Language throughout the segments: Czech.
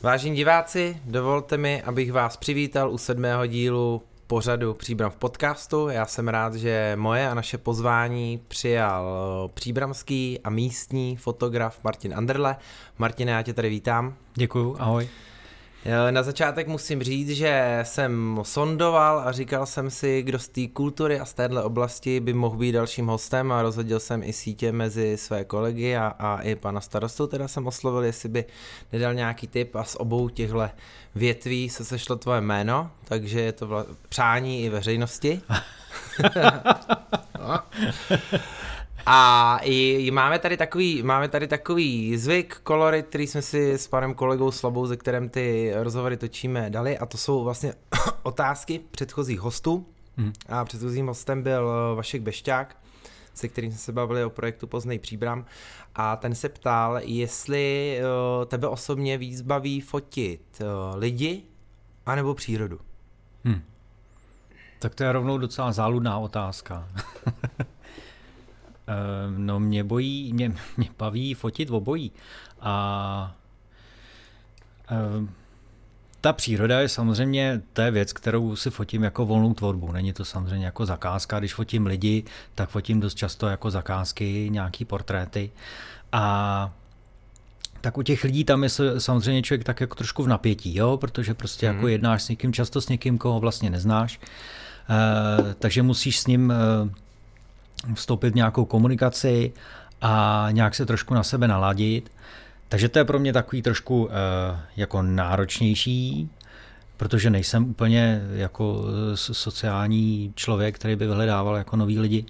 Vážení diváci, dovolte mi, abych vás přivítal u 7. dílu pořadu Příbram v podcastu. Já jsem rád, že moje a naše pozvání přijal příbramský a místní fotograf Martin Anderle. Martine, já tě tady vítám. Děkuju, ahoj. Na začátek musím říct, že jsem sondoval a říkal jsem si, kdo z té kultury a z téhle oblasti by mohl být dalším hostem, a rozhodil jsem i sítě mezi své kolegy a i pana starostu, teda jsem oslovil, jestli by nedal nějaký tip, a z obou těchto větví se sešlo tvoje jméno, takže je to přání i veřejnosti. A máme tady takový zvyk, kolorit, který jsme si s panem kolegou Slabou, ze kterým ty rozhovory točíme, dali, a to jsou vlastně otázky předchozích hostů. A předchozím hostem byl Vašek Bešťák, se kterým jsme se bavili o projektu Poznej Příbram, a ten se ptal, jestli tebe osobně víc baví fotit lidi anebo přírodu. Tak to je rovnou docela záludná otázka. No mě baví fotit obojí. A ta příroda je samozřejmě, to je věc, kterou si fotím jako volnou tvorbu. Není to samozřejmě jako zakázka. Když fotím lidi, tak fotím dost často jako zakázky, nějaký portréty. A tak u těch lidí tam je samozřejmě člověk tak jako trošku v napětí, jo? Protože prostě jako jednáš s někým, často s někým, koho vlastně neznáš. Takže musíš s ním vstoupit v nějakou komunikaci a nějak se trošku na sebe naladit. Takže to je pro mě takový trošku jako náročnější, protože nejsem úplně jako sociální člověk, který by vyhledával jako nový lidi.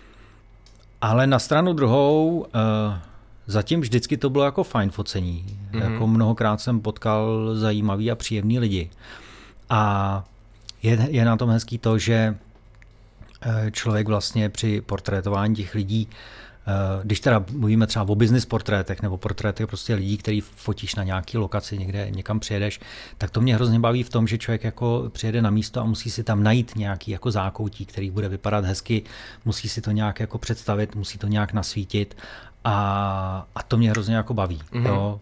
Ale na stranu druhou zatím vždycky to bylo jako fajn focení. Jako mnohokrát jsem potkal zajímavý a příjemný lidi. A je na tom hezký to, že člověk vlastně při portrétování těch lidí, když teda mluvíme třeba o business portrétech nebo portrétech prostě lidí, který fotíš na nějaký lokaci, někam přijedeš, tak to mě hrozně baví v tom, že člověk jako přijede na místo a musí si tam najít nějaký jako zákoutí, který bude vypadat hezky, musí si to nějak jako představit, musí to nějak nasvítit a to mě hrozně jako baví. Jo.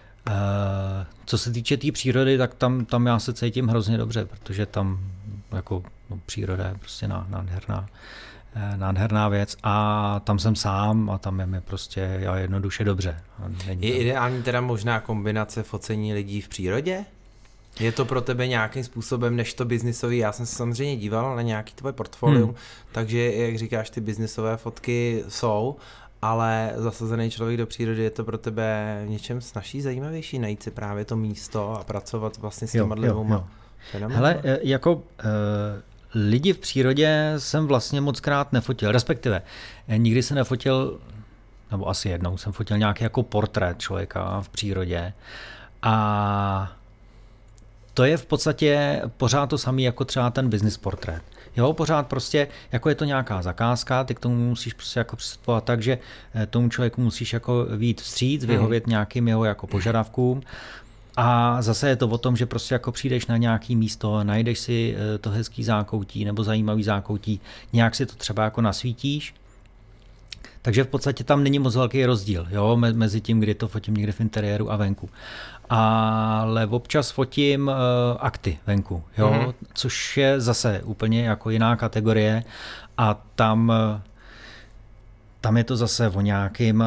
Co se týče té přírody, tak tam já se cítím hrozně dobře, protože tam jako příroda je prostě nádherná věc a tam jsem sám a tam je mi prostě jednoduše dobře. Je ideální teda možná kombinace focení lidí v přírodě? Je to pro tebe nějakým způsobem než to biznisový? Já jsem se samozřejmě díval na nějaký tvoje portfolium, takže jak říkáš, ty biznisové fotky jsou, ale zasazený člověk do přírody, je to pro tebe v něčem snazší, zajímavější najít si právě to místo a pracovat vlastně s těma dvěma fenomény? Hele, jako lidi v přírodě jsem vlastně mockrát nefotil, respektive nikdy se nefotil, nebo asi jednou jsem fotil nějaký jako portrét člověka v přírodě a to je v podstatě pořád to samé jako třeba ten business portrét. Jo, pořád prostě, jako je to nějaká zakázka, ty k tomu musíš prostě jako přistupovat tak, že tomu člověku musíš jako vyjít vstříc, vyhovět nějakým jeho jako požadavkům. A zase je to o tom, že prostě jako přijdeš na nějaký místo, najdeš si to hezký zákoutí nebo zajímavý zákoutí, nějak si to třeba jako nasvítíš. Takže v podstatě tam není moc velký rozdíl, jo, mezi tím, kdy to fotím někde v interiéru a venku. Ale občas fotím akty venku, jo, což je zase úplně jako jiná kategorie a tam je to zase o nějakým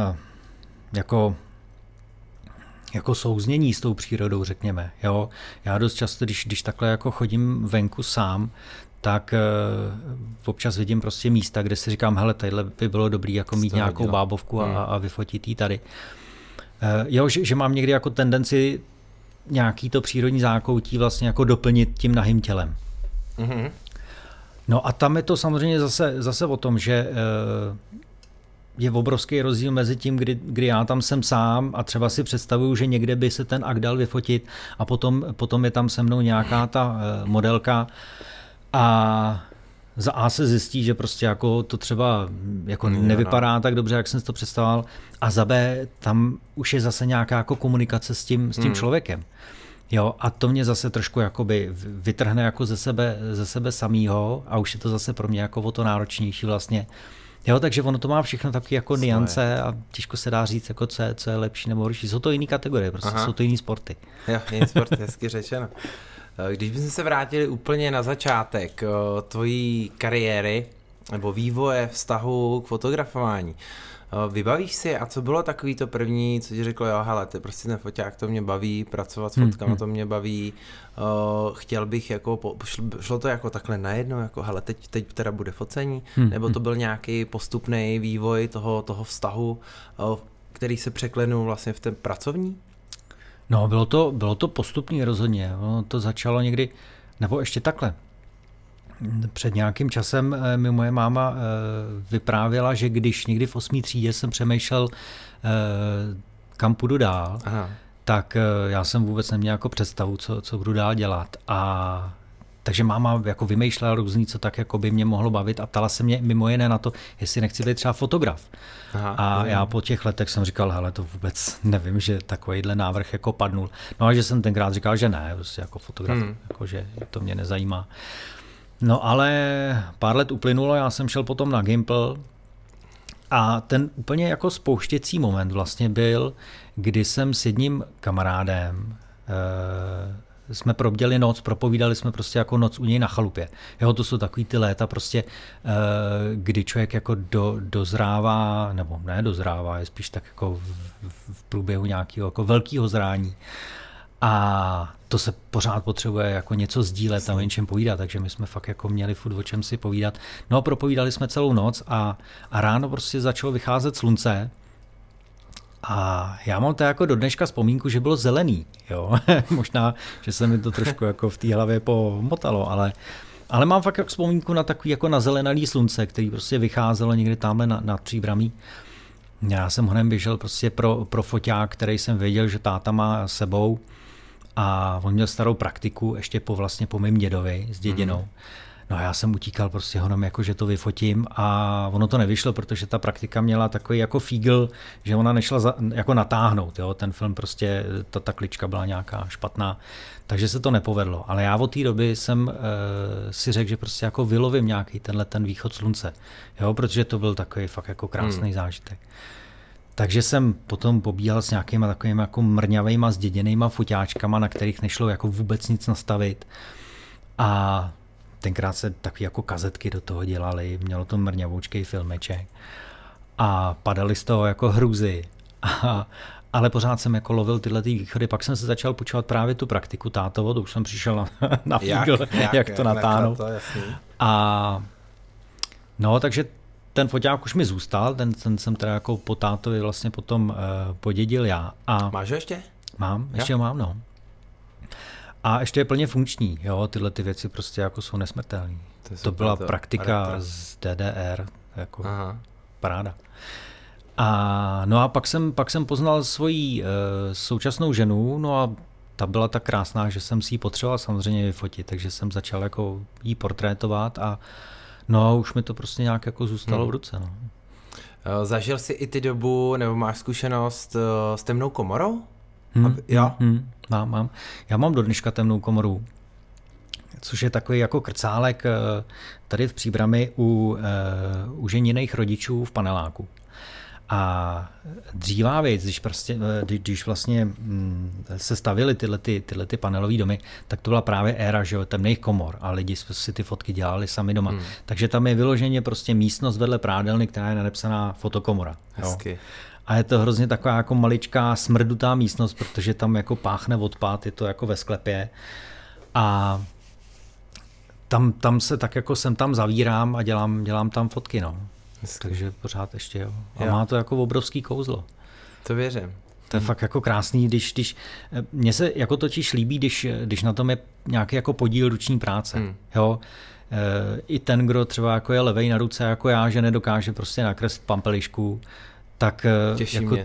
jako souznění s tou přírodou, řekněme. Jo. Já dost často, když takhle jako chodím venku sám, tak občas vidím prostě místa, kde si říkám, hele, tadyhle by bylo dobrý jako mít nějakou bábovku a vyfotit jí tady. Jo, že mám někdy jako tendenci nějaký to přírodní zákoutí vlastně jako doplnit tím nahým tělem. No a tam je to samozřejmě zase o tom, že je obrovský rozdíl mezi tím, kdy já tam jsem sám a třeba si představuju, že někde by se ten akt dal vyfotit a potom je tam se mnou nějaká ta modelka a za A se zjistí, že prostě jako to třeba jako nevypadá tak dobře, jak jsem si to představoval, a za B tam už je zase nějaká jako komunikace s tím člověkem. Jo, a to mě zase trošku jakoby vytrhne jako ze sebe samýho a už je to zase pro mě jako o to náročnější vlastně Jo, takže ono to má všechno taky jako niance a těžko se dá říct, jako co je lepší nebo horší. Jsou to jiný kategorie, prostě jsou to jiný sporty. Jo, jiný sporty, hezky řečeno. Když bychom se vrátili úplně na začátek tvojí kariéry nebo vývoje vztahu k fotografování, vybavíš si, a co bylo takový to první, co ti řeklo, jo, hele, ty prostě ten foťák, to mě baví, pracovat s fotkama, to mě baví, chtěl bych, jako, šlo to jako takhle najednou, jako hele, teď teda bude focení, nebo to byl nějaký postupný vývoj toho vztahu, který se překlenul vlastně v ten pracovní? No, bylo to postupný rozhodně, to začalo někdy, nebo ještě takhle. Před nějakým časem mi moje máma vyprávěla, že když někdy v 8. třídě jsem přemýšlel, kam půjdu dál, tak já jsem vůbec neměl jako představu, co budu dál dělat. Takže máma jako vymýšlela různý, co tak jako by mě mohlo bavit a ptala se mě mimo jiné na to, jestli nechci být třeba fotograf. Já po těch letech jsem říkal, hele, to vůbec nevím, že takovýhle návrh jako padnul. No a že jsem tenkrát říkal, že ne, prostě jako fotograf, jako, že to mě nezajímá. No ale pár let uplynulo, já jsem šel potom na Gimpl a ten úplně jako spouštěcí moment vlastně byl, kdy jsem s jedním kamarádem jsme probděli noc, propovídali jsme prostě jako noc u něj na chalupě. Jo, to jsou takový ty léta prostě, kdy člověk jako dozrává, nebo ne dozrává, je spíš tak jako v průběhu nějakého jako velkého zrání. A to se pořád potřebuje jako něco sdílet a o něčem povídat, takže my jsme fakt jako měli furt o čem si povídat. No a propovídali jsme celou noc a ráno prostě začalo vycházet slunce a já mám to jako do dneška vzpomínku, že bylo zelený, jo. Možná, že se mi to trošku jako v té hlavě pomotalo, ale mám fakt jako vzpomínku na takový jako nazelenalý slunce, který prostě vycházelo někdy tamhle nad Příbramí. Já jsem honem běžel prostě pro foťák, který jsem věděl, že táta má sebou. A on měl starou praktiku ještě po mým dědovi s dědinou. No a já jsem utíkal prostě honem, jako že to vyfotím a ono to nevyšlo, protože ta praktika měla takový jako fígl, že ona nešla jako natáhnout, jo? Ten film prostě, ta klička byla nějaká špatná, takže se to nepovedlo. Ale já od té doby jsem si řekl, že prostě jako vylovím nějaký ten východ slunce, jo? Protože to byl takový fakt jako krásný zážitek. Takže jsem potom pobíhal s nějakýma takovými jako mrňavejma zděděnejma foťáčkama, na kterých nešlo jako vůbec nic nastavit. A tenkrát se taky jako kazetky do toho dělaly, mělo to mrňavoučkej filmeček. A padaly z toho jako hrůzy. Ale pořád jsem jako lovil tyhle východy. Pak jsem se začal počívat právě tu praktiku tátovo, to už jsem přišel na fígl, jak to natáhnout. A no, takže ten foťák už mi zůstal, ten jsem teda jako po tátovi vlastně potom podědil já. A máš ho ještě? Mám, ještě ho mám, no. A ještě je plně funkční, jo, tyhle ty věci prostě jako jsou nesmrtelné. To byla praktika z DDR, jako paráda. No a pak jsem poznal svoji současnou ženu, no a ta byla tak krásná, že jsem si ji potřeboval samozřejmě vyfotit, takže jsem začal jako jí portrétovat a no a už mi to prostě nějak jako zůstalo v ruce. No. Zažil jsi i ty dobu, nebo máš zkušenost s temnou komorou? Mám. Já mám do dneška temnou komoru, což je takový jako krcálek tady v Příbrami u ženiných rodičů v paneláku. A dříva věc, když vlastně se stavily tyhle panelové domy, tak to byla právě éra, že jo, temných komor a lidi si ty fotky dělali sami doma. Takže tam je vyloženě prostě místnost vedle prádelny, která je nadepsaná fotokomora. Hezky. A je to hrozně taková jako maličká smrdutá místnost, protože tam jako páchne odpad, je to jako ve sklepě. A tam se tak jako sem tam zavírám a dělám tam fotky, no. Takže pořád ještě jo. A má to jako obrovský kouzlo. To věřím. To je fakt jako krásný, když mně se jako totiž líbí, když na tom je nějaký jako podíl ruční práce. Jo. I ten, kdo třeba jako je levej na ruce jako já, že nedokáže prostě nakreslit pampelišku, tak jako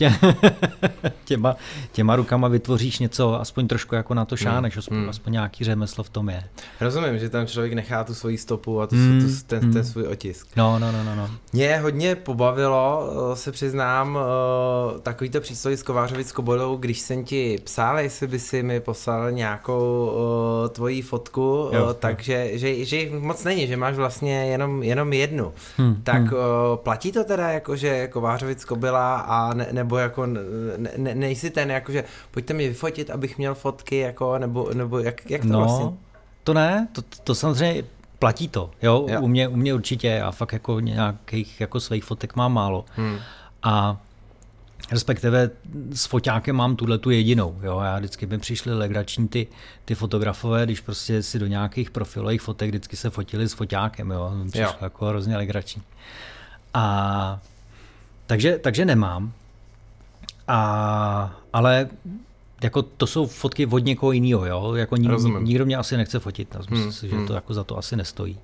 těma rukama vytvoříš něco, aspoň trošku jako na to šáneš, aspoň nějaký řemeslo v tom je. Rozumím, že tam člověk nechá tu svoji stopu a ten svůj otisk. No. Mě hodně pobavilo, se přiznám, takovýto přísloví z Kovářovic Kobolou, když jsem ti psal, jestli by si mi poslal nějakou tvoji fotku, takže že moc není, že máš vlastně jenom jednu. Tak platí to teda jako, že Kovářovic Kobyla a nebo jako nejsi ten, jakože pojďte mi vyfotit, abych měl fotky, jako, nebo jak to vlastně? To ne, to samozřejmě platí to, jo? U mě určitě, já fakt jako nějakých jako svých fotek mám málo. A respektive s foťákem mám tuhletu jedinou, jo? Já vždycky by přišli legrační ty fotografové, když prostě si do nějakých profilových fotek vždycky se fotili s foťákem, jo? Přišlo jako hrozně legrační. A takže nemám, ale jako to jsou fotky od někoho jiného, jo? Jako nikdo mě asi nechce fotit, myslím si, že to jako za to asi nestojí.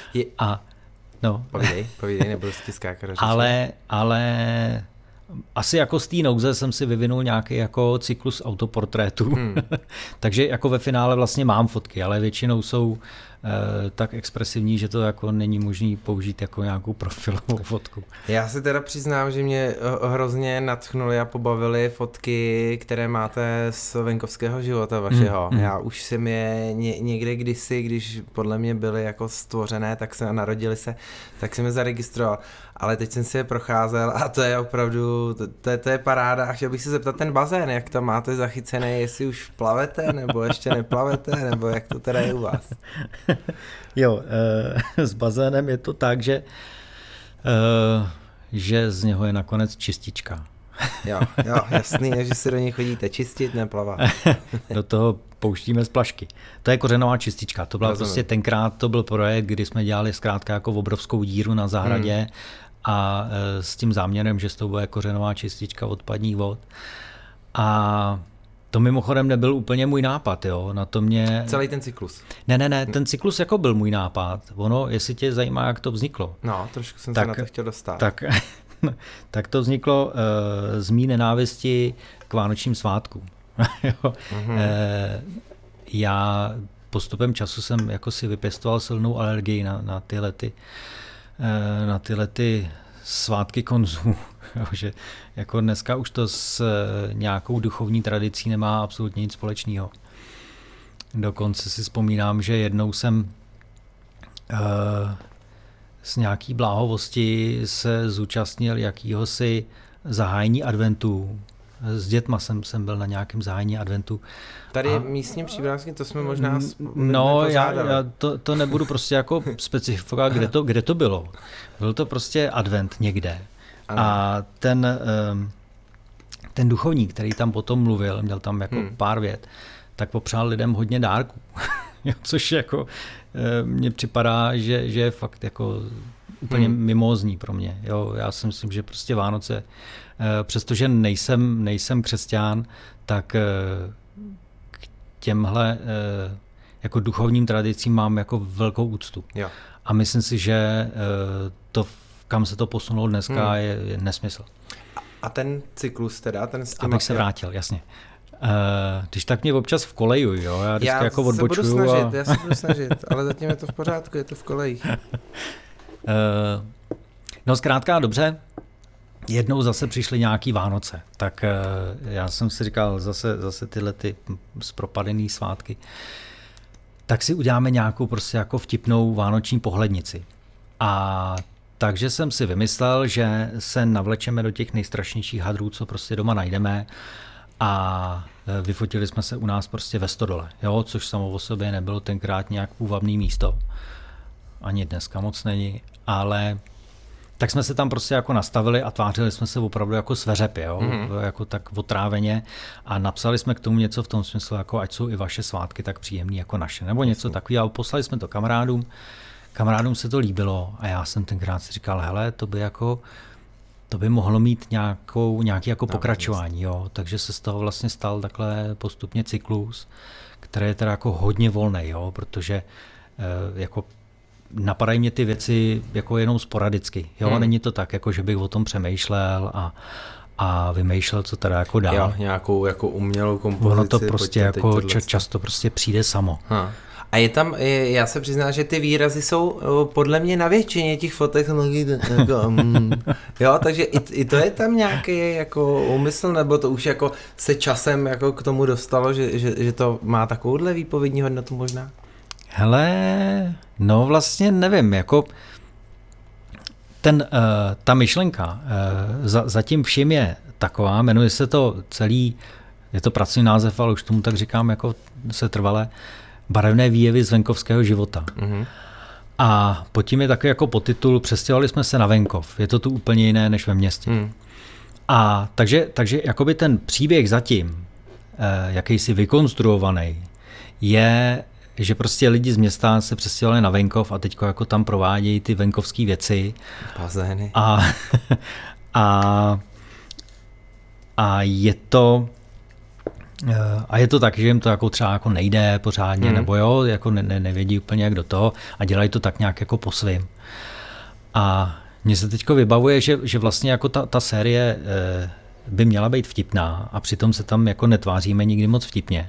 Povídej, nebudu si skákat. Ale asi jako z té nouze jsem si vyvinul nějaký jako cyklus autoportrétů, takže jako ve finále vlastně mám fotky, ale většinou jsou tak expresivní, že to jako není možný použít jako nějakou profilovou fotku. Já se teda přiznám, že mě hrozně nadchnuly a pobavily fotky, které máte z venkovského života vašeho. Já už jsem je někde kdysi, když podle mě byly jako stvořené, tak se narodili se, tak jsem je zaregistroval. Ale teď jsem si je procházel a to je opravdu, to je paráda. A chtěl bych se zeptat ten bazén, jak tam máte zachycené, jestli už plavete, nebo ještě neplavete, nebo jak to teda je u vás? Jo, s bazénem je to tak, že z něho je nakonec čistička. Jo, jasný, že si do něj chodíte čistit, neplavat. Do toho pouštíme z plašky. To je kořenová čistička. To byla prostě tenkrát, to byl projekt, kdy jsme dělali zkrátka jako obrovskou díru na zahradě a s tím záměrem, že z toho bude kořenová čistička odpadních vod. A to mimochodem nebyl úplně můj nápad, jo. Na to mě... Celý ten cyklus. Ne, ten cyklus jako byl můj nápad. Ono, jestli tě zajímá, jak to vzniklo. No, trošku jsem se na to chtěl dostat. Tak to vzniklo z mý nenávisti k vánočním svátkům. Já postupem času jsem jako si vypěstoval silnou alergii na tyhle svátky konzumů. Že jako dneska už to s nějakou duchovní tradicí nemá absolutně nic společného. Dokonce si vzpomínám, že jednou jsem z nějaký bláhovosti se zúčastnil jakýhosi zahájení adventu. S dětma jsem byl na nějakém zahájení adventu. Tady místní příbramský, to jsme možná já to nebudu prostě jako specifikovat, kde to bylo. Byl to prostě advent někde. Ano. A ten duchovník, který tam potom mluvil, měl tam jako pár vět, tak popřál lidem hodně dárků. Což jako mně připadá, že je fakt jako úplně mimózní pro mě. Jo, já si myslím, že prostě Vánoce, přestože nejsem křesťan, tak k těmhle jako duchovním tradicím mám jako velkou úctu. Jo. A myslím si, že to, kam se to posunulo dneska, je nesmysl. A ten cyklus teda, ten s těma... Abych se vrátil, jasně. Když tak mě občas v koleju, jo, já vždycky jako odbočuju. Já se budu snažit, ale zatím je to v pořádku, je to v kolejích. No zkrátka dobře, jednou zase přišly nějaký Vánoce, tak já jsem si říkal zase tyhle ty zpropadený svátky, tak si uděláme nějakou prostě jako vtipnou vánoční pohlednici. A takže jsem si vymyslel, že se navlečeme do těch nejstrašnějších hadrů, co prostě doma najdeme, a vyfotili jsme se u nás prostě ve stodole, jo, což samo o sobě nebylo tenkrát nějak půvabný místo. Ani dneska moc není, ale tak jsme se tam prostě jako nastavili a tvářili jsme se opravdu jako sveřepě, jo, jako tak otráveně, a napsali jsme k tomu něco v tom smyslu, jako ať jsou i vaše svátky tak příjemný jako naše, nebo něco takového, a poslali jsme to kamarádům se to líbilo a já jsem tenkrát si říkal, hele, to by mohlo mít nějaký jako pokračování, jo. Takže se z toho vlastně stal takhle postupně cyklus, který je teda jako hodně volný, jo, protože jako napadají mě ty věci jako jenom sporadicky. Jo, není to tak, jako že bych o tom přemýšlel a vymýšlel, co teda jako dál. Jo, nějakou jako umělou kompozici. Ono to prostě jako často prostě přijde samo. A je tam, já se přiznám, že ty výrazy jsou podle mě na většině těch fotek jako, jo, takže i to je tam nějaký jako úmysl, nebo to už jako se časem jako k tomu dostalo, že to má takovouhle výpovědní hodnotu možná? Hele, no vlastně nevím, jako ta myšlenka za tím vším je taková, jmenuje se to celý, je to pracovní název, ale už tomu tak říkám jako se trvale, barevné výjevy z venkovského života. A pod tím je takový jako podtitul Přestěhovali jsme se na venkov. Je to tu úplně jiné než ve městě. A takže jakoby ten příběh zatím, jakýsi vykonstruovaný, je, že prostě lidi z města se přestěhovali na venkov a teďko jako tam provádějí ty venkovské věci. Bazény. A je to tak, že jim to jako třeba jako nejde pořádně, nebo jo, jako nevědí úplně jak do toho a dělají to tak nějak jako po svým. A mně se teďko vybavuje, že vlastně jako ta série by měla být vtipná a přitom se tam jako netváříme nikdy moc vtipně.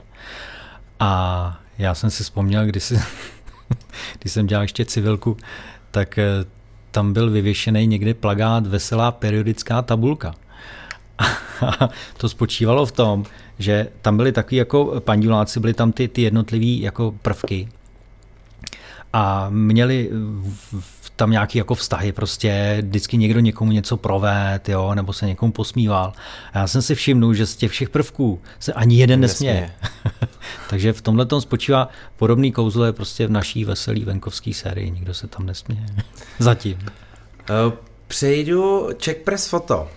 A já jsem si vzpomněl, když jsem dělal ještě civilku, tak tam byl vyvěšený někde plakát Veselá periodická tabulka. A to spočívalo v tom, že tam byly takový jako panduláci, byly tam ty jednotlivý jako prvky a měli tam nějaký jako vztahy, prostě vždycky někdo někomu něco proved, jo, nebo se někomu posmíval. A já jsem si všimnul, že z těch všech prvků se ani jeden nesměje. Takže v tomhle tom spočívá podobný kouzlo je prostě v naší veselý venkovský sérii, nikdo se tam nesměje. Zatím. Přejdu Czech Press Photo.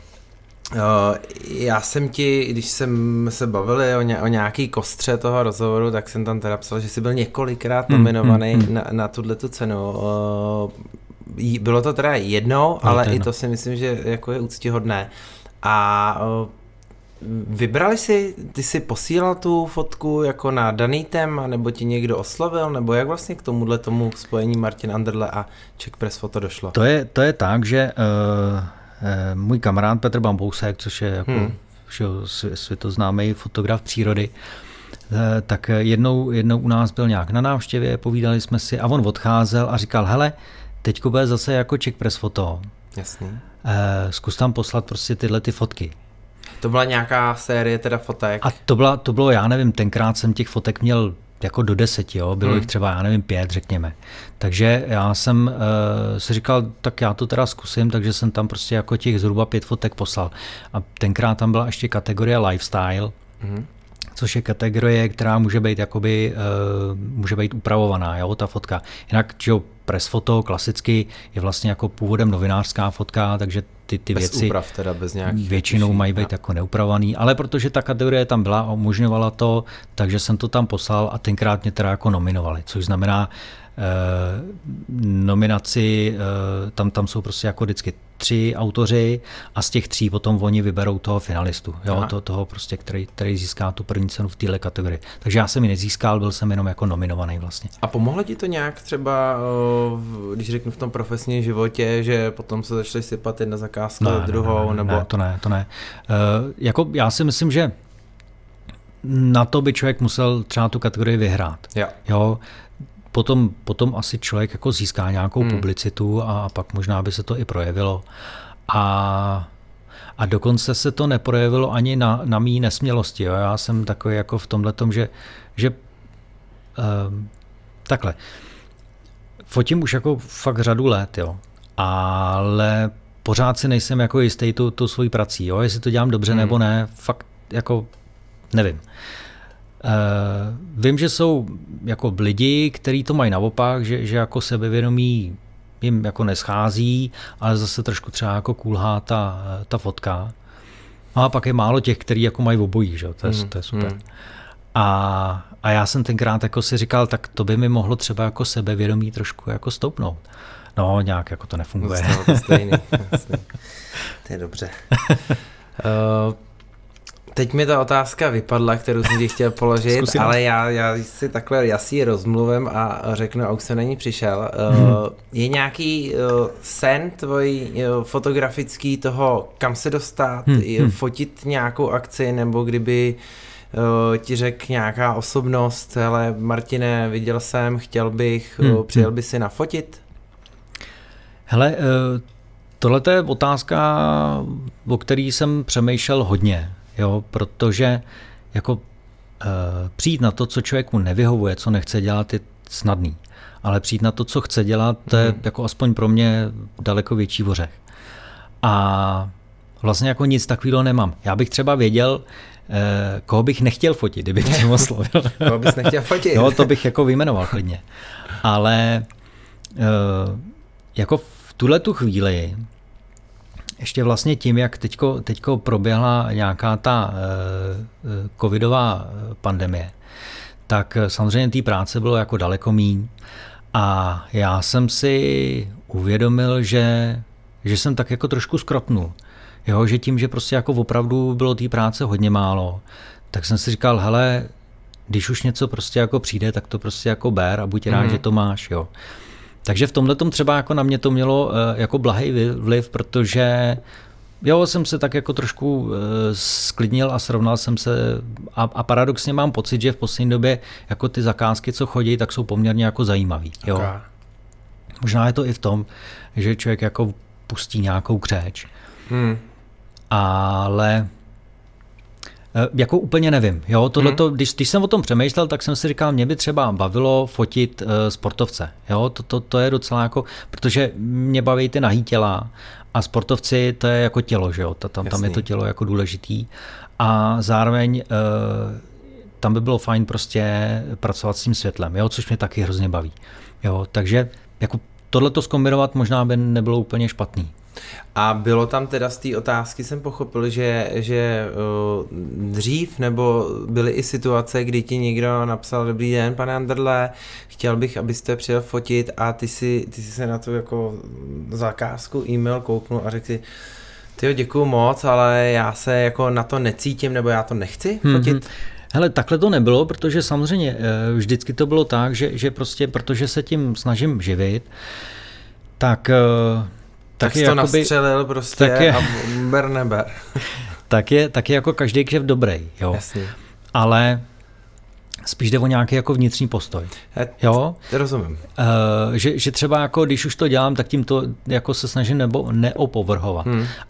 Já jsem ti, když jsem se bavili o nějaký kostře toho rozhovoru, tak jsem tam teda psal, že jsi byl několikrát nominovaný na tuhletu cenu. Bylo to teda jednou, ale i to si myslím, že jako je úctyhodné. A vybrali si, ty si posílal tu fotku jako na daný téma, nebo ti někdo oslovil, nebo jak vlastně k tomuhle tomu spojení Martin Anderle a Czech Press Photo došlo? To je tak, že můj kamarád Petr Bambousek, což je jako světoznámý fotograf přírody, tak jednou u nás byl nějak na návštěvě, povídali jsme si a on odcházel a říkal, hele, teďko bude zase jako Czech Press Photo. Jasný. Zkus tam poslat prostě tyhle ty fotky. To byla nějaká série teda fotek? A to bylo, já nevím, tenkrát jsem těch fotek měl jako do 10, jo, bylo jich třeba, já nevím, 5, řekněme. Takže já jsem si říkal, tak já to teda zkusím, takže jsem tam prostě jako těch zhruba 5 fotek poslal. A tenkrát tam byla ještě kategorie lifestyle, což je kategorie, která může být jakoby, může být upravovaná, jo, ta fotka. Jinak, že press foto klasicky je vlastně jako původem novinářská fotka, takže ty bez věci úprav teda, bez nějakých většinou mají být jako neupravovaný, ale protože ta kategorie tam byla a umožňovala to, takže jsem to tam poslal a tenkrát mě teda jako nominovali, což znamená nominaci, tam jsou prostě jako vždycky 3 autoři a z těch 3 potom oni vyberou toho finalistu, jo, toho prostě, který získá tu první cenu v téhle kategorii. Takže já jsem ji nezískal, byl jsem jenom jako nominovaný vlastně. A pomohlo ti to nějak třeba, když řeknu v tom profesním životě, že potom se začali sypat jedna zakázka druhou? Ne, to ne. Jako já si myslím, že na to by člověk musel třeba tu kategorii vyhrát. Jo. Potom asi člověk jako získá nějakou publicitu a pak možná by se to i projevilo. A dokonce se to neprojevilo ani na mý nesmělosti. Jo. Já jsem takový jako v tomhletom, že takhle. Fotím už jako fakt řadu let, jo. Ale pořád si nejsem jako jistý tu svojí prací, jo. Jestli to dělám dobře nebo ne, fakt jako nevím. Vím, že jsou jako lidi, kteří to mají naopak, že jako sebevědomí jim jako neschází, ale zase trošku třeba jako kulhá ta fotka. A pak je málo těch, kteří jako mají obojí, že? To je super. A já jsem tenkrát jako si říkal, tak to by mi mohlo třeba jako sebevědomí trošku jako stoupnout. No, nějak jako to nefunguje. To stejný. To je dobře. Teď mi ta otázka vypadla, kterou jsem ti chtěl položit, ale já si takhle jasně rozmluvím a řeknu, a už jsem na ní přišel. Je nějaký sen tvoj fotografický toho, kam se dostat, fotit nějakou akci, nebo kdyby ti řekl nějaká osobnost, hele Martine, viděl jsem, chtěl bych, přijel by si nafotit? Hele, tohle je otázka, o který jsem přemýšlel hodně, jo, protože jako přijít na to, co člověku nevyhovuje, co nechce dělat, je snadný. Ale přijít na to, co chce dělat, to je jako aspoň pro mě daleko větší ořech. A vlastně jako nic takového nemám. Já bych třeba věděl, koho bych nechtěl fotit, kdybych tě oslovil. Koho bys nechtěl fotit? No, to bych jako vyjmenoval klidně. Ale jako v tuhletu chvíli, ještě vlastně tím, jak teďko proběhla nějaká ta covidová pandemie, tak samozřejmě té práce bylo jako daleko míň. A já jsem si uvědomil, že jsem tak jako trošku skropnul. Jo, že tím, že prostě jako opravdu bylo té práce hodně málo, tak jsem si říkal, hele, když už něco prostě jako přijde, tak to prostě jako ber a buď rád, že to máš, jo. Takže v tomhletom třeba jako na mě to mělo jako blahý vliv, protože jo, jsem se tak jako trošku sklidnil a srovnal jsem se a paradoxně mám pocit, že v poslední době jako ty zakázky, co chodí, tak jsou poměrně jako zajímavý, jo. Okay. Možná je to i v tom, že člověk jako pustí nějakou křeč. Ale jako úplně nevím. Jo, tohleto, když jsem o tom přemýšlel, tak jsem si říkal, mě by třeba bavilo fotit sportovce. Jo, to je docela jako, protože mě baví ty nahý těla a sportovci to je jako tělo, že jo, tam je to tělo jako důležitý a zároveň tam by bylo fajn prostě pracovat s tím světlem, jo, což mě taky hrozně baví. Jo, takže jako tohleto zkombinovat možná by nebylo úplně špatný. A bylo tam teda z té otázky, jsem pochopil, že dřív nebo byly i situace, kdy ti někdo napsal, dobrý den, pane Anderle, chtěl bych, abyste přijel fotit a ty jsi se na tu jako zakázku e-mail kouknul a řekl si, tyjo, děkuju moc, ale já se jako na to necítím, nebo já to nechci fotit. Hele, takhle to nebylo, protože samozřejmě vždycky to bylo tak, že prostě, protože se tím snažím živit, tak jsi to nastřelil prostě a ber neber. tak je jako každý kšeft dobrý, jo. Jasně. Ale spíš jde o nějaký jako vnitřní postoj. Jo? Rozumím. Že třeba jako když už to dělám, tak tím to jako se snažím nebo neopovrhovat.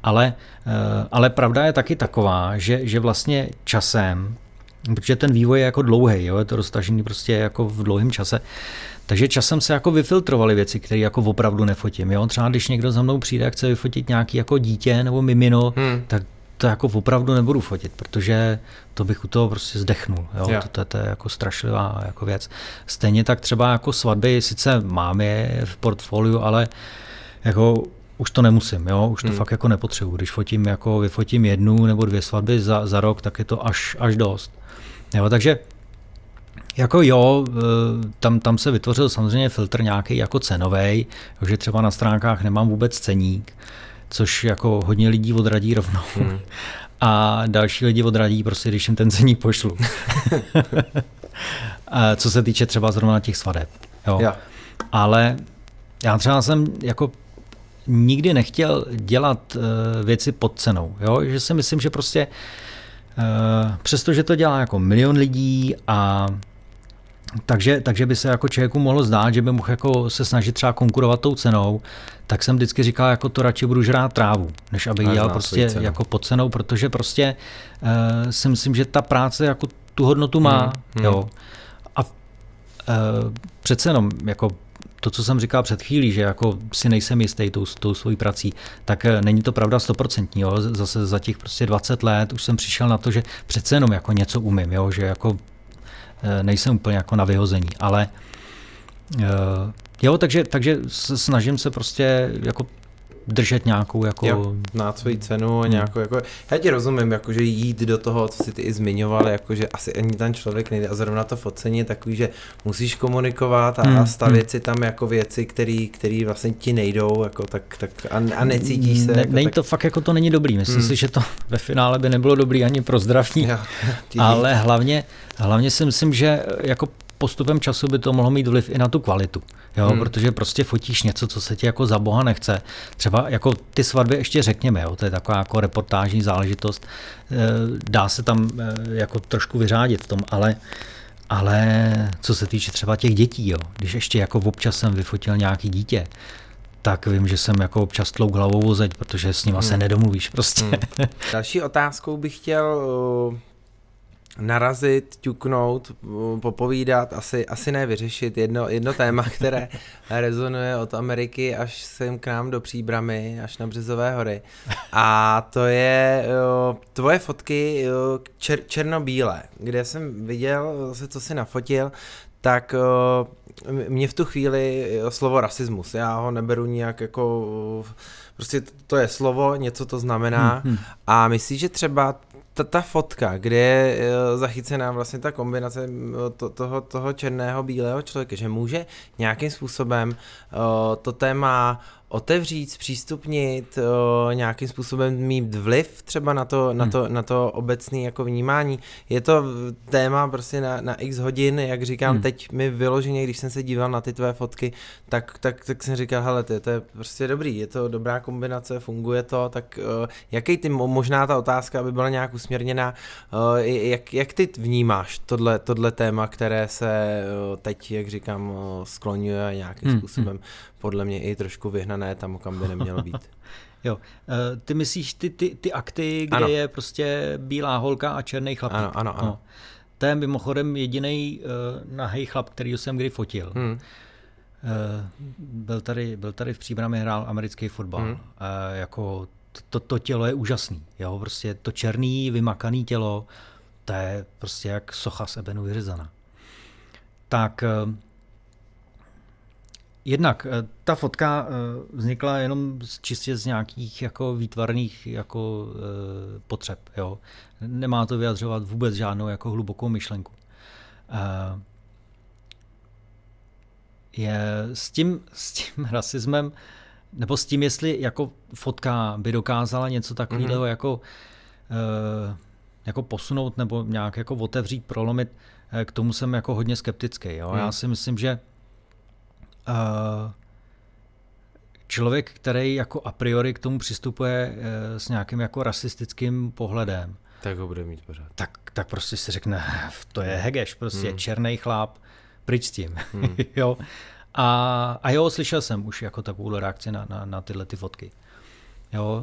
Ale pravda je taky taková, že vlastně časem, protože ten vývoj je jako dlouhý, jo, je to roztažený prostě jako v dlouhém čase, takže časem se jako vyfiltrovaly věci, které jako opravdu nefotím. Jo? Třeba když někdo za mnou přijde a chce vyfotit nějaký jako dítě nebo mimino, tak to jako opravdu nebudu fotit, protože to bych u toho prostě zdechnul. Jo? To je jako strašlivá jako věc. Stejně tak třeba jako svatby, sice mám je v portfoliu, ale jako už to nemusím, jo? Už to fakt jako nepotřebuji. Když vyfotím 1 nebo 2 svatby za rok, tak je to až dost. Jo? Takže jako jo, tam se vytvořil samozřejmě filtr nějaký jako cenovej, takže třeba na stránkách nemám vůbec ceník, což jako hodně lidí odradí rovnou. A další lidi odradí prostě, když jim ten ceník pošlu. Co se týče třeba zrovna těch svadeb. Jo. Ale já třeba jsem jako nikdy nechtěl dělat věci pod cenou. Jo? Že si myslím, že prostě přestože to dělá jako milion lidí a takže by se jako člověku mohlo zdát, že by mohl jako se snažit třeba konkurovat tou cenou, tak jsem vždycky říkal, jako to radši budu žrát trávu, než abych dělal prostě jako pod cenou, protože prostě si myslím, že ta práce jako tu hodnotu má. Jo. A přece jenom jako to, co jsem říkal před chvílí, že jako si nejsem jistý tou svojí prací, tak není to pravda 100%. Jo. Zase za těch prostě 20 let už jsem přišel na to, že přece jenom jako něco umím, jo, že jako nejsem úplně jako na vyhození, ale jo, takže snažím se prostě jako držet nějakou jako... Jo, na svoji cenu a nějakou jako... Já ti rozumím, jakože jít do toho, co si ty i zmiňoval, jakože asi ani ten člověk nejde a zrovna to focení je takový, že musíš komunikovat a stavět si tam jako věci, které vlastně ti nejdou, jako tak a necítíš se. Není tak... to fakt jako to není dobrý, myslím si, že to ve finále by nebylo dobrý ani pro zdraví, ale hlavně si myslím, že jako postupem času by to mohlo mít vliv i na tu kvalitu, jo, protože prostě fotíš něco, co se ti jako za boha nechce. Třeba jako ty svatby ještě řekněme, jo, to je taková jako reportážní záležitost, dá se tam jako trošku vyřádit v tom, ale co se týče třeba těch dětí, jo, když ještě jako občas jsem vyfotil nějaký dítě, tak vím, že jsem jako občas tlouk hlavou o zeď, protože s nima se nedomluvíš prostě. Další otázkou bych chtěl narazit, ťuknout, popovídat, asi ne vyřešit jedno téma, které rezonuje od Ameriky až sem k nám do Příbrami, až na Březové hory. A to je tvoje fotky černobílé, kde jsem viděl zase, co jsi nafotil, tak mě v tu chvíli slovo rasismus, já ho neberu nijak jako, prostě to je slovo, něco to znamená a myslíš, že třeba ta fotka, kde je zachycená vlastně ta kombinace toho černého, bílého člověka, že může nějakým způsobem to téma otevřít, zpřístupnit, nějakým způsobem mít vliv třeba na to obecné jako vnímání. Je to téma prostě na x hodin, jak říkám, teď mi vyloženě, když jsem se díval na ty tvé fotky, tak jsem říkal, hele, to je prostě dobrý, je to dobrá kombinace, funguje to, tak jaký ty, možná ta otázka, aby byla nějak usměrněná, jak ty vnímáš tohle téma, které se teď, jak říkám, skloňuje nějakým způsobem podle mě i trošku vyhnané tam, kam by nemělo být. Jo, ty myslíš ty akty, kde je prostě bílá holka a černý chlapík. Ano. No. To je mimochodem jediný nahej chlap, kterýho jsem kdy fotil. Byl tady v Příbrami, hrál americký fotbal. Jako to tělo je úžasný. Jo? Prostě to černý, vymakaný tělo, to je prostě jak socha z ebenu vyřezaná. Tak jednak ta fotka vznikla jenom čistě z nějakých jako výtvarných jako potřeb. Jo? Nemá to vyjadřovat vůbec žádnou jako hlubokou myšlenku. Je s tím rasismem, nebo s tím, jestli jako fotka by dokázala něco takového jako posunout nebo nějak jako otevřít, prolomit, k tomu jsem jako hodně skeptický. Jo? Já si myslím, že člověk, který jako a priori k tomu přistupuje s nějakým jako rasistickým pohledem, tak ho bude mít pořád. Tak prostě si řekne, to je hegeš, prostě černý chlap, pryč s tím. Jo? A jo, slyšel jsem už jako takovou reakci na tyhle ty fotky. Jo?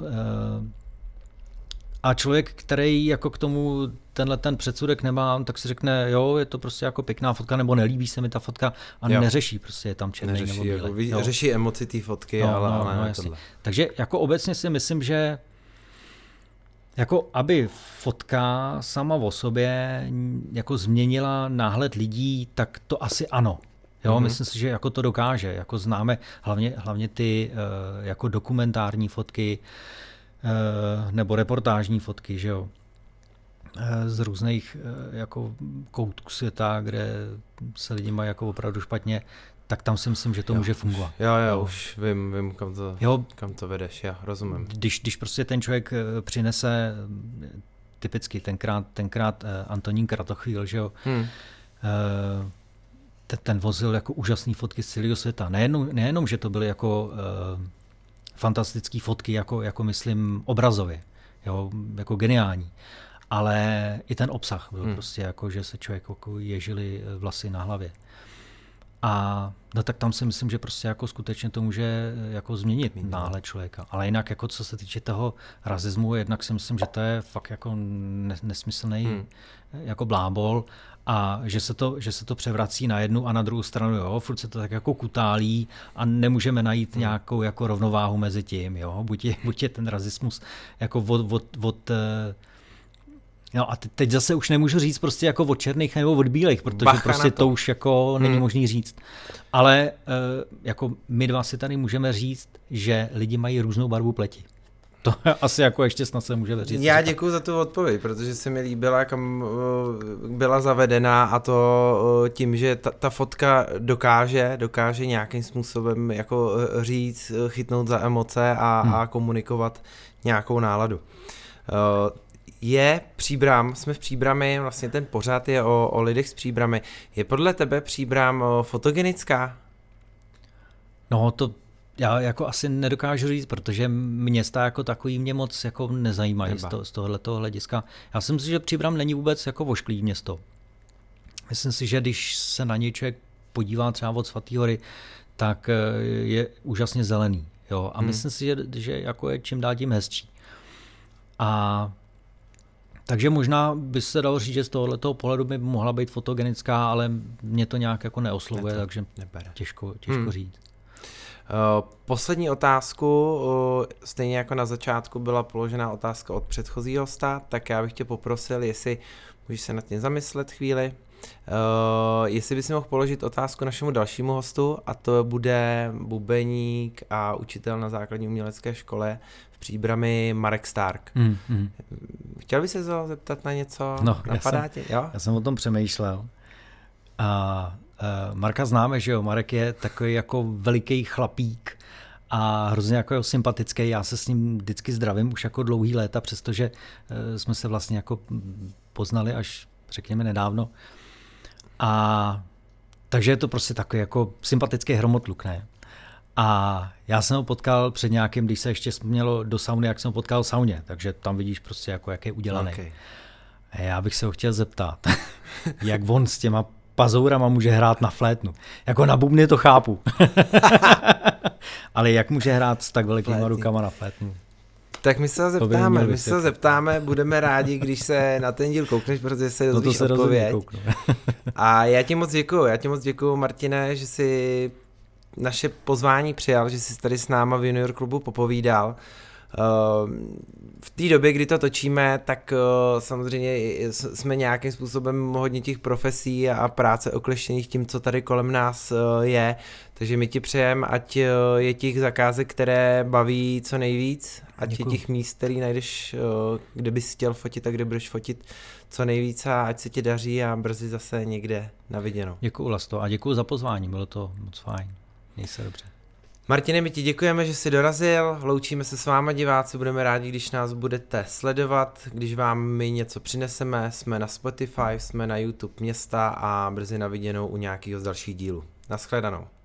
A člověk, který jako k tomu ten předsudek nemá, tak si řekne, jo, je to prostě jako pěkná fotka, nebo nelíbí se mi ta fotka a neřeší, prostě je tam černý nebo bílý. Jako, řeší emoci té fotky, ale ne tohle. Takže jako obecně si myslím, že jako aby fotka sama o sobě jako změnila náhled lidí, tak to asi ano. Jo, myslím si, že jako to dokáže. Jako známe hlavně ty jako dokumentární fotky nebo reportážní fotky, že jo, z různých jako koutů světa, kde se lidi mají jako opravdu špatně, tak tam si myslím, že to může fungovat. Jo, už vím kam to vedeš, já rozumím. Když prostě ten člověk přinese, typicky tenkrát Antonín Kratochvíl, že jo, ten vozil jako úžasné fotky z celého světa. Nejenom, že to byly jako fantastické fotky, jako myslím obrazově, jo, jako geniální, ale i ten obsah byl prostě jako, že se člověk jako ježili vlasy na hlavě. A no tak tam si myslím, že prostě jako skutečně to může jako změnit náhled člověka. Ale jinak jako co se týče toho rasismu, jednak si myslím, že to je fakt jako nesmyslný jako blábol a že se to převrací na jednu a na druhou stranu, jo, furt se to tak jako kutálí a nemůžeme najít nějakou jako rovnováhu mezi tím, jo, buď je ten rasismus jako No a teď zase už nemůžu říct prostě jako od černých nebo od bílých, protože prostě to už jako není možný říct. Ale jako my dva si tady můžeme říct, že lidi mají různou barvu pleti. To asi jako ještě snad se může říct. Já děkuji za tu odpověď, protože se mi líbila, kam byla zavedená, a to tím, že ta fotka dokáže nějakým způsobem jako říct, chytnout za emoce a komunikovat nějakou náladu. Je Příbram, jsme v Příbrami, vlastně ten pořad je o lidech z Příbrami. Je podle tebe Příbram fotogenická? No to já jako asi nedokážu říct, protože města jako takový mě moc jako nezajímají z tohohletoho hlediska. Já si myslím, že Příbram není vůbec jako vošklý město. Myslím si, že když se na něj člověk podívá třeba od Svatý Hory, tak je úžasně zelený. Jo? A myslím si, že jako je čím dál tím hezčí. A takže možná by se dalo říct, že z tohoto pohledu by mohla být fotogenická, ale mě to nějak jako neoslovuje, takže těžko říct. Poslední otázku, stejně jako na začátku byla položena otázka od předchozího hosta, tak já bych tě poprosil, jestli můžeš se nad tím zamyslet chvíli, jestli bys mohl položit otázku našemu dalšímu hostu, a to bude bubeník a učitel na základní umělecké škole v Příbrami Marek Stark. Chtěl bys se zeptat na něco? No, napadá tě? Jo? Já jsem o tom přemýšlel. Marka známe, že jo, Marek je takový jako veliký chlapík a hrozně jako sympatický, já se s ním vždycky zdravím už jako dlouhý léta, přestože jsme se vlastně jako poznali až řekněme nedávno. A takže je to prostě takový jako sympatický hromotluk, ne? A já jsem ho potkal před nějakým, když se ještě smělo do sauny, jak jsem ho potkal v sauně, takže tam vidíš prostě jako jak je udělaný. Okay. A já bych se ho chtěl zeptat, jak on s těma pazourama může hrát na flétnu. Jako na bubny to chápu. Ale jak může hrát s tak velikýma rukama na flétnu? Tak my se ho zeptáme, budeme rádi, když se na ten díl koukneš, protože se dozvíš odpověď. A já ti moc děkuju, Martine, že jsi naše pozvání přijal, že jsi tady s náma v Junior klubu popovídal. V té době, kdy to točíme, tak samozřejmě jsme nějakým způsobem hodně těch profesí a práce okleštěných tím, co tady kolem nás je, takže my ti přejeme, ať je těch zakázek, které baví co nejvíc, ať je těch míst, který najdeš, kde bys chtěl fotit a kde budeš fotit co nejvíc, a ať se ti daří a brzy zase někde na viděnou. Děkuju, Lasto, a děkuju za pozvání, bylo to moc fajn. Měj se dobře. Martine, my ti děkujeme, že jsi dorazil, loučíme se s váma diváci, budeme rádi, když nás budete sledovat, když vám my něco přineseme, jsme na Spotify, jsme na YouTube Města a brzy na viděnou u nějakého z dalších dílů. Naschledanou.